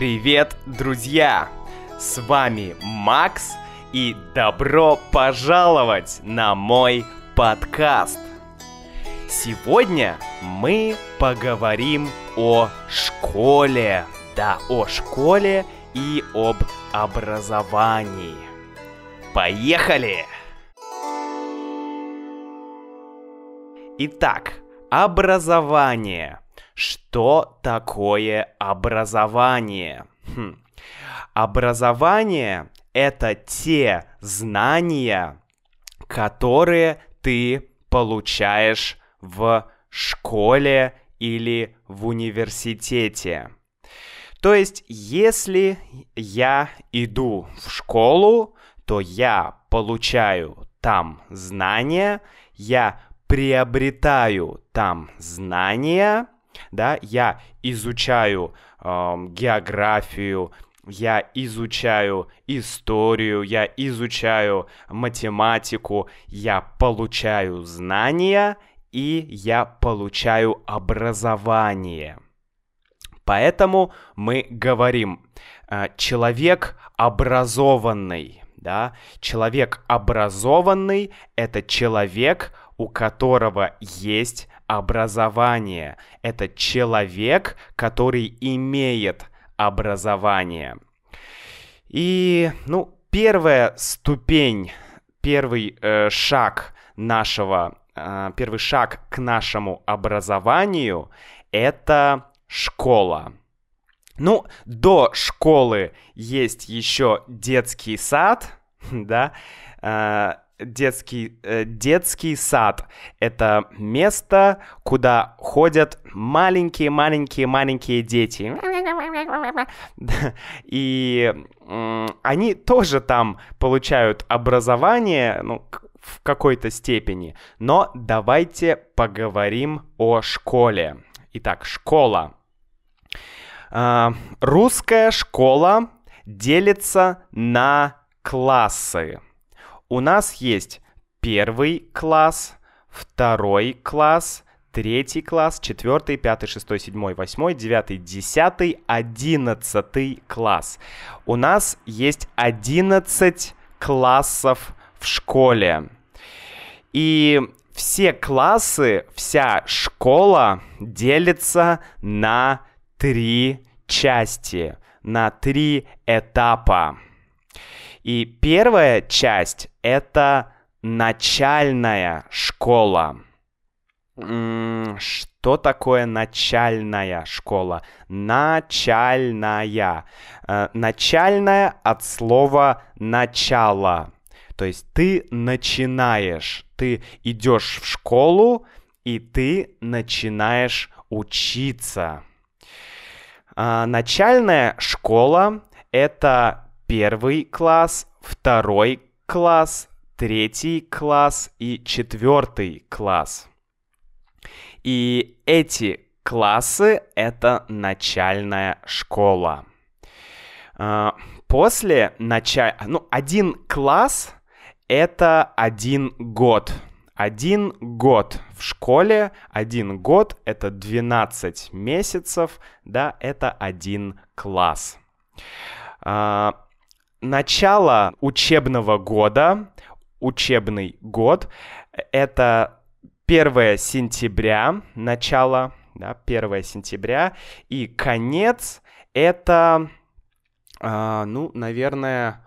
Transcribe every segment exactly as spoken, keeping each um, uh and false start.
Привет, друзья! С вами Макс, и добро пожаловать на мой подкаст! Сегодня мы поговорим о школе, да, о школе и об образовании. Поехали! Итак, образование. Что такое образование? Хм. Образование – это те знания, которые ты получаешь в школе или в университете. То есть, если я иду в школу, то я получаю там знания, я приобретаю там знания, да, я изучаю э, географию, я изучаю историю, я изучаю математику, я получаю знания и я получаю образование. Поэтому мы говорим, э, человек образованный, да, человек образованный – это человек, у которого есть образование. Это человек, который имеет образование. И, ну, первая ступень, первый э, шаг нашего, э, первый шаг к нашему образованию – это школа. Ну, до школы есть еще детский сад, да, э, Детский, э, детский сад – это место, куда ходят маленькие-маленькие-маленькие дети. И э, они тоже там получают образование, ну, в какой-то степени. Но давайте поговорим о школе. Итак, школа. Э, русская школа делится на классы. У нас есть первый класс, второй класс, третий класс, четвертый, пятый, шестой, седьмой, восьмой, девятый, десятый, одиннадцатый класс. У нас есть одиннадцать классов в школе. И все классы, вся школа делится на три части, на три этапа. И первая часть – это начальная школа. Что такое начальная школа? Начальная. Начальная от слова «начало». То есть ты начинаешь, ты идешь в школу, и ты начинаешь учиться. Начальная школа – это первый класс, второй класс, третий класс и четвертый класс. И эти классы – это начальная школа. После начала... Ну, один класс – это один год. Один год в школе, один год – это двенадцать месяцев, да, это один класс. Начало учебного года, учебный год, это первое сентября, начало, да, первое сентября, и конец это, э, ну, наверное,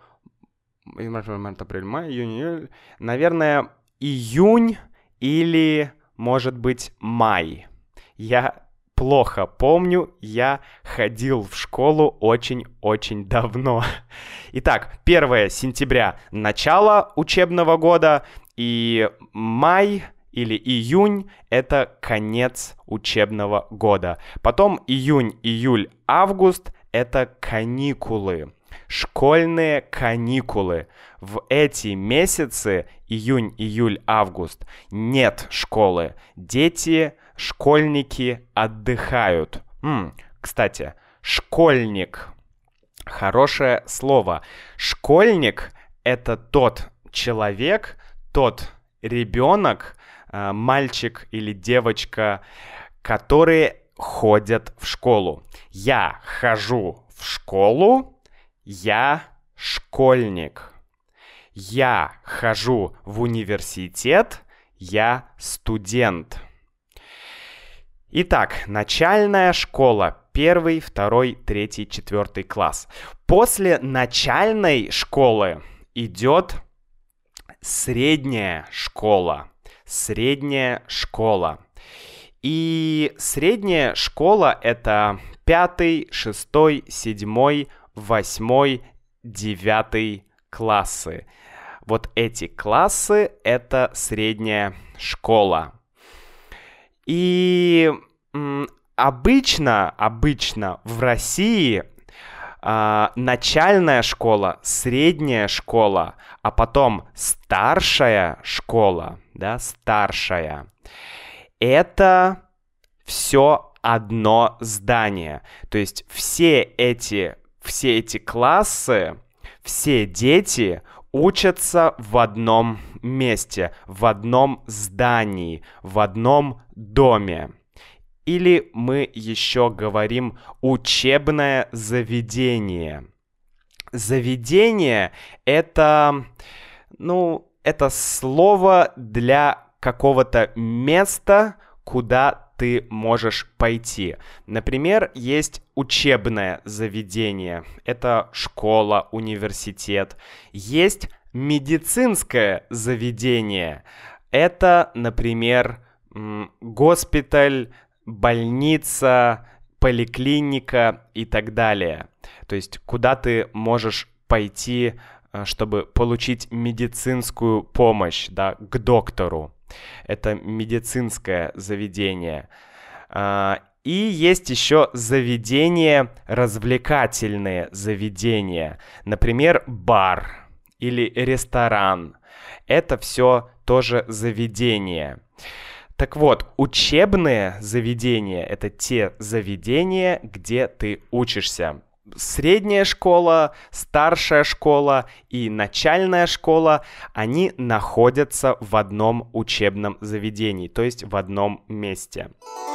наверное, июнь или, может быть, май. Я плохо помню, я ходил в школу очень-очень давно. Итак, первое сентября – начало учебного года, и май или июнь – это конец учебного года. Потом июнь, июль, август – это каникулы, школьные каникулы. В эти месяцы, июнь, июль, август, нет школы. Дети, школьники отдыхают. М, кстати, школьник. Хорошее слово. Школьник – это тот человек, тот ребенок, э, мальчик или девочка, которые ходят в школу. Я хожу в школу, я школьник. Я хожу в университет, я студент. Итак, начальная школа. Первый, второй, третий, четвертый класс. После начальной школы идет средняя школа. Средняя школа. И средняя школа — это пятый, шестой, седьмой, восьмой, девятый классы. Вот эти классы — это средняя школа. И м, обычно, обычно в России а, начальная школа, средняя школа, а потом старшая школа, да, старшая, это все одно здание. То есть все эти, все эти классы, все дети учатся в одном месте, в одном здании, в одном доме. Или мы еще говорим учебное заведение. Заведение — это, ну, это слово для какого-то места, куда ты можешь пойти. Например, есть учебное заведение. Это школа, университет. Есть медицинское заведение. Это, например, госпиталь, больница, поликлиника и так далее. То есть куда ты можешь пойти, чтобы получить медицинскую помощь, да, к доктору. Это медицинское заведение. И есть еще заведения, развлекательные заведения. Например, бар или ресторан. Это все тоже заведения. Так вот, учебные заведения — это те заведения, где ты учишься. Средняя школа, старшая школа и начальная школа, они находятся в одном учебном заведении, то есть в одном месте.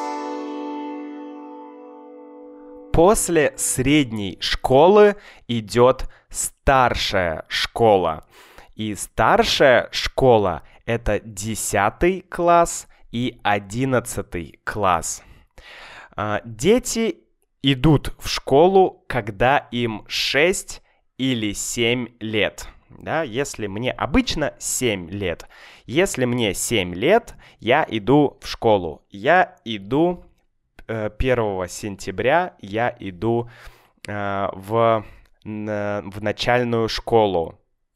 После средней школы идет старшая школа. И старшая школа — это десятый класс и одиннадцатый класс. Дети идут в школу, когда им шесть или семь лет. Да, если мне обычно семь лет. Если мне семь лет, я иду в школу. Я иду э, первого сентября, я иду э, в, на, в начальную школу.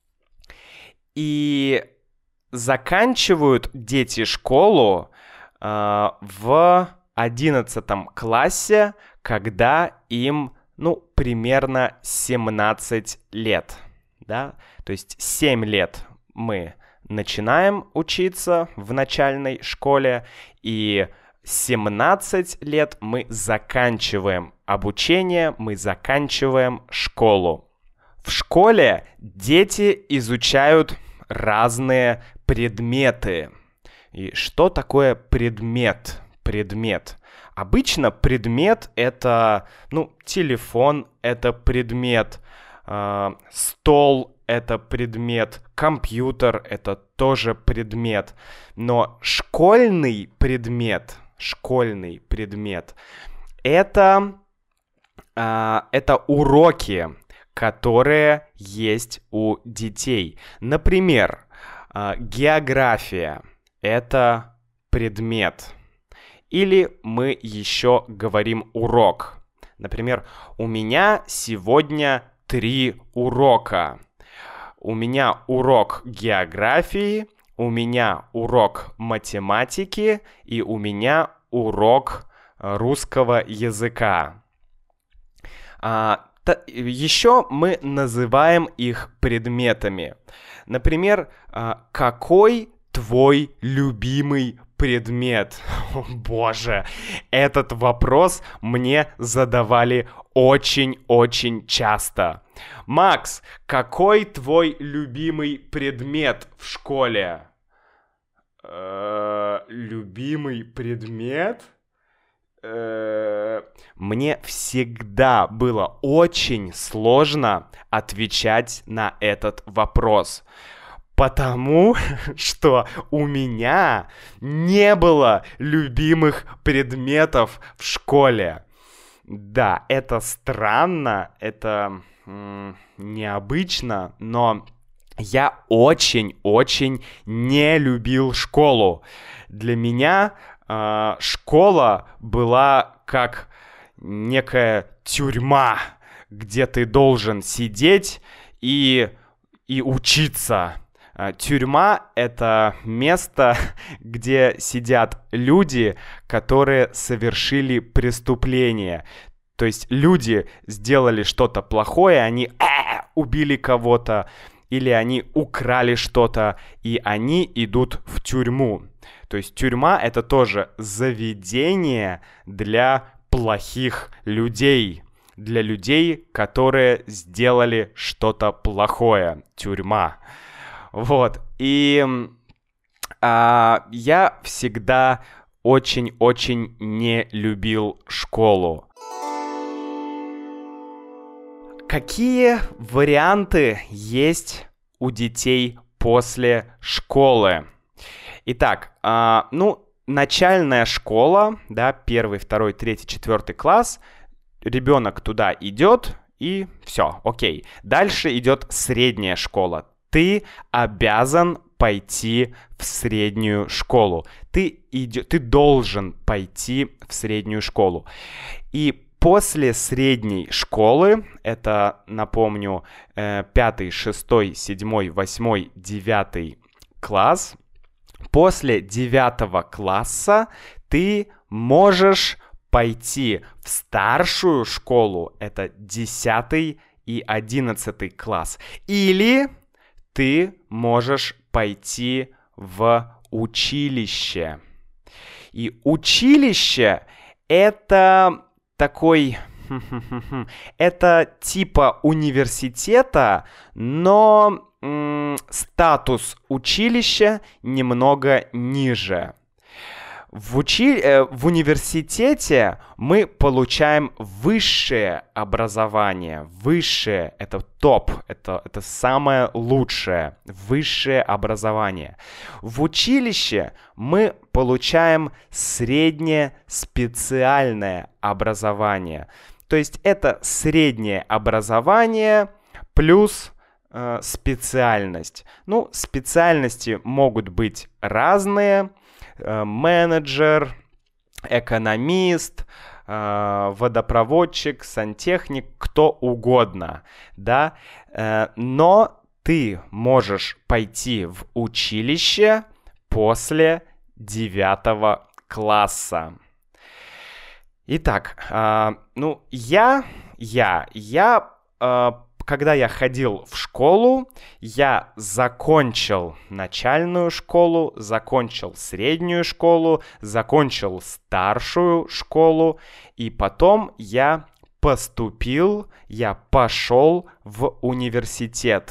И заканчивают дети школу э, в одиннадцатом классе, когда им, ну, примерно семнадцать лет, да, то есть семь лет мы начинаем учиться в начальной школе, и семнадцать лет мы заканчиваем обучение, мы заканчиваем школу. В школе дети изучают разные предметы. И что такое предмет? Предмет. Обычно предмет — это, ну, телефон — это предмет, э, стол — это предмет, компьютер — это тоже предмет. Но школьный предмет, школьный предмет — это, э, это уроки, которые есть у детей. Например, э, география — это предмет. Или мы еще говорим урок. Например, у меня сегодня три урока. У меня урок географии, у меня урок математики и у меня урок русского языка. А, та, еще мы называем их предметами. Например, а, какой твой любимый предмет? О, боже, этот вопрос мне задавали очень-очень часто. Макс, какой твой любимый предмет в школе? Э, любимый предмет? э, мне всегда было очень сложно отвечать на этот вопрос. Потому что у меня не было любимых предметов в школе. Да, это странно, это м- необычно, но я очень-очень не любил школу. Для меня э, школа была как некая тюрьма, где ты должен сидеть и, и учиться. Тюрьма — это место, где сидят люди, которые совершили преступление. То есть люди сделали что-то плохое, они э, убили кого-то, или они украли что-то, и они идут в тюрьму. То есть тюрьма — это тоже заведение для плохих людей. Для людей, которые сделали что-то плохое. Тюрьма. Вот, и а, я всегда очень-очень не любил школу. Какие варианты есть у детей после школы? Итак, а, ну, начальная школа, да, первый, второй, третий, четвертый класс, ребенок туда идет, и все, окей. Дальше идет средняя школа. Ты обязан пойти в среднюю школу. Ты, иди, ты должен пойти в среднюю школу. И после средней школы, это, напомню, пятый, шестой, седьмой, восьмой, девятый класс, после девятого класса ты можешь пойти в старшую школу, это десятый и одиннадцатый класс. Или ты можешь пойти в училище. И училище — это такой... это типа университета, но м- статус училища немного ниже. В, учи... э, в университете мы получаем высшее образование. Высшее — это топ, это, это самое лучшее, высшее образование. В училище мы получаем среднее специальное образование. То есть это среднее образование плюс э, специальность. Ну, специальности могут быть разные. Менеджер, экономист, водопроводчик, сантехник, кто угодно, да, но ты можешь пойти в училище после девятого класса. Итак, ну, я, я, я, когда я ходил в школу, я закончил начальную школу, закончил среднюю школу, закончил старшую школу, и потом я поступил, я пошел в университет.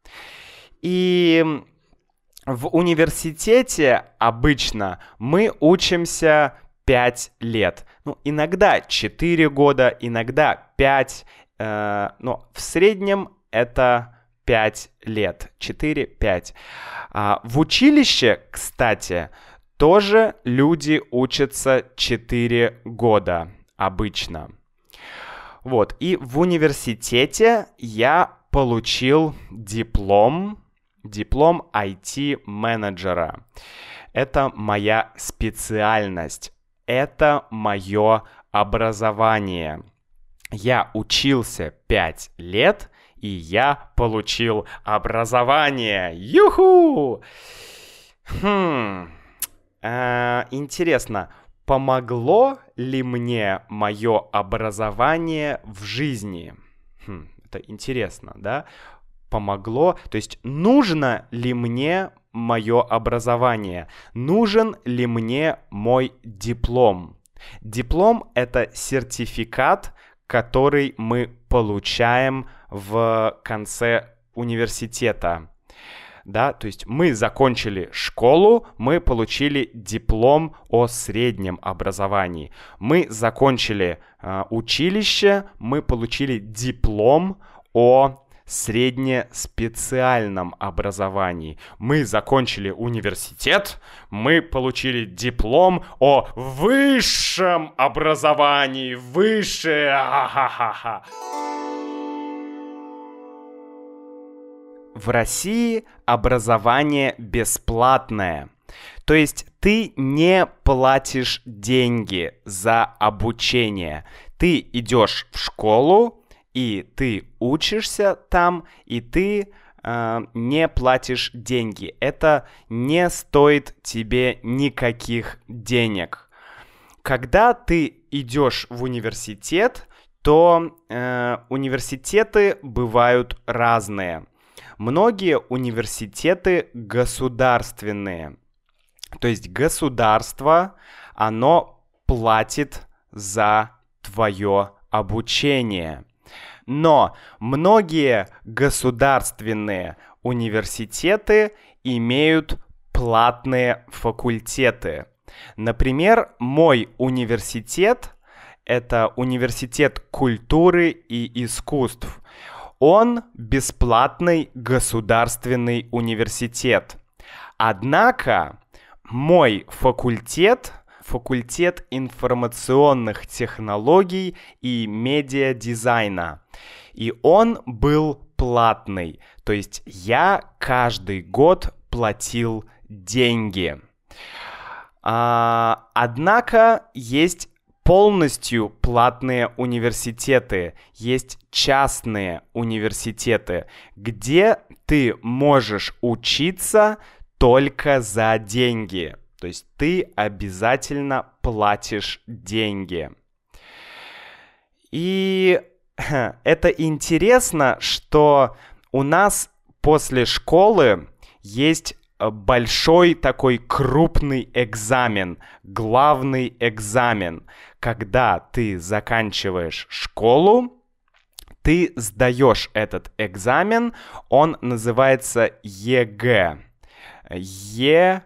И в университете обычно мы учимся пять лет. Ну, иногда четыре года, иногда пять. Но в среднем это пять лет, четыре-пять. В училище, кстати, тоже люди учатся четыре года обычно. Вот, и в университете я получил диплом, диплом ай ти-менеджера. Это моя специальность, это мое образование. Я учился пять лет, и я получил образование. Юху! Хм. Э, интересно, помогло ли мне мое образование в жизни? Хм, это интересно, да? Помогло? То есть нужно ли мне мое образование? Нужен ли мне мой диплом? Диплом — это сертификат, который мы получаем в конце университета. да, то есть мы закончили школу, мы получили диплом о среднем образовании. Мы закончили э, училище, мы получили диплом о среднеспециальном образовании. Мы закончили университет, мы получили диплом о высшем образовании. Высшее, ха-ха-ха. В России образование бесплатное. То есть ты не платишь деньги за обучение. Ты идешь в школу, и ты учишься там, и ты э, не платишь деньги. Это не стоит тебе никаких денег. Когда ты идешь в университет, то э, университеты бывают разные. Многие университеты государственные. То есть государство, оно платит за твое обучение. Но многие государственные университеты имеют платные факультеты. Например, мой университет — это университет культуры и искусств. Он бесплатный государственный университет. Однако мой факультет — факультет информационных технологий и медиадизайна. И он был платный, то есть я каждый год платил деньги. А, однако есть полностью платные университеты, есть частные университеты, где ты можешь учиться только за деньги. То есть ты обязательно платишь деньги. И это интересно, что у нас после школы есть большой такой крупный экзамен, главный экзамен. Когда ты заканчиваешь школу, ты сдаешь этот экзамен, он называется ЕГЭ. ЕГЭ.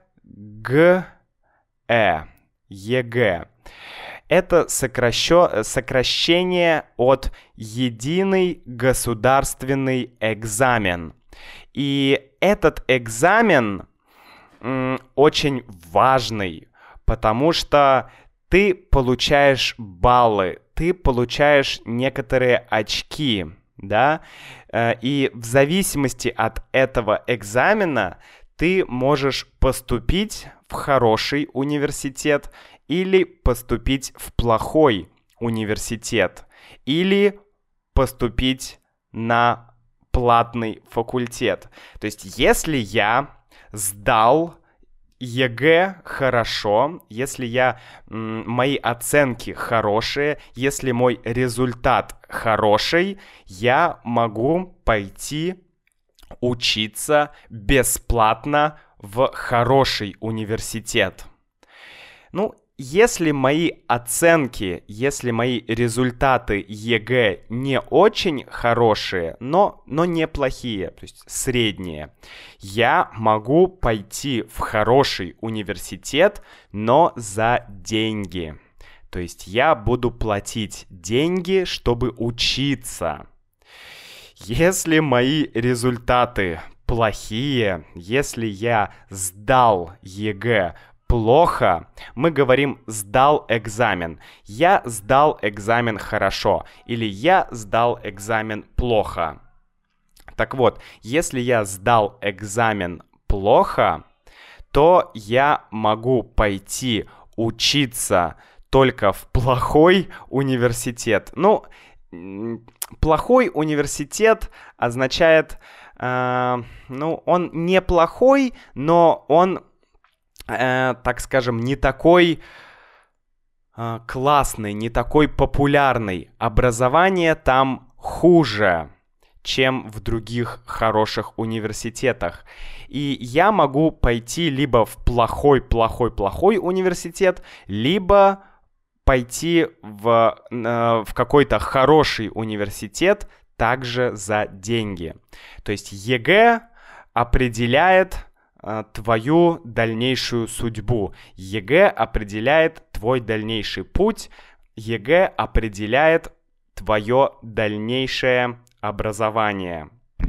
ЕГЭ. Это сокращё... сокращение от единый государственный экзамен. И этот экзамен м, очень важный, потому что ты получаешь баллы, ты получаешь некоторые очки, да, и в зависимости от этого экзамена ты можешь поступить в хороший университет или поступить в плохой университет, или поступить на платный факультет. То есть, если я сдал ЕГЭ хорошо, если я, м, мои оценки хорошие, если мой результат хороший, я могу пойти учиться бесплатно в хороший университет. Ну, если мои оценки, если мои результаты ЕГЭ не очень хорошие, но, но неплохие, то есть средние, я могу пойти в хороший университет, но за деньги. То есть я буду платить деньги, чтобы учиться. Если мои результаты плохие, если я сдал ЕГЭ плохо, мы говорим «сдал экзамен». Я сдал экзамен хорошо или я сдал экзамен плохо. Так вот, если я сдал экзамен плохо, то я могу пойти учиться только в плохой университет. Ну, плохой университет означает, э, ну, он неплохой, но он, э, так скажем, не такой э, классный, не такой популярный. Образование там хуже, чем в других хороших университетах. И я могу пойти либо в плохой-плохой-плохой университет, либо пойти в, э, в какой-то хороший университет также за деньги. То есть ЕГЭ определяет э, твою дальнейшую судьбу. ЕГЭ определяет твой дальнейший путь. ЕГЭ определяет твое дальнейшее образование.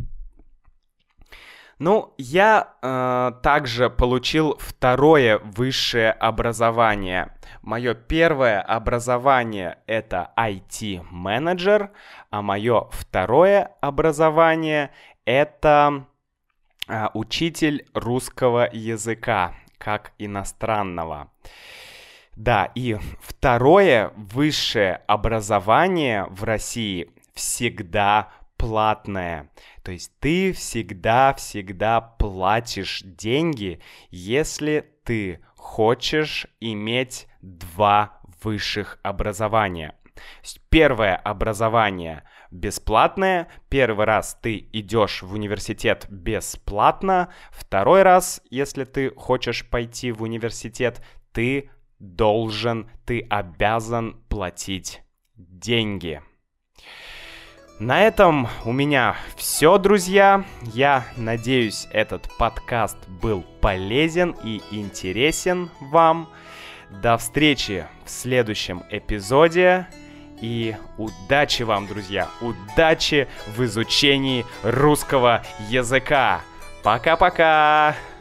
Ну, я э, также получил второе высшее образование. Мое первое образование — это ай ти-менеджер, а мое второе образование — это э, учитель русского языка, как иностранного. Да, и второе высшее образование в России всегда платное. То есть ты всегда-всегда платишь деньги, если ты хочешь иметь два высших образования. То есть первое образование бесплатное, первый раз ты идешь в университет бесплатно, второй раз, если ты хочешь пойти в университет, ты должен, ты обязан платить деньги. На этом у меня все, друзья. Я надеюсь, этот подкаст был полезен и интересен вам. До встречи в следующем эпизоде. И удачи вам, друзья. Удачи в изучении русского языка. Пока-пока!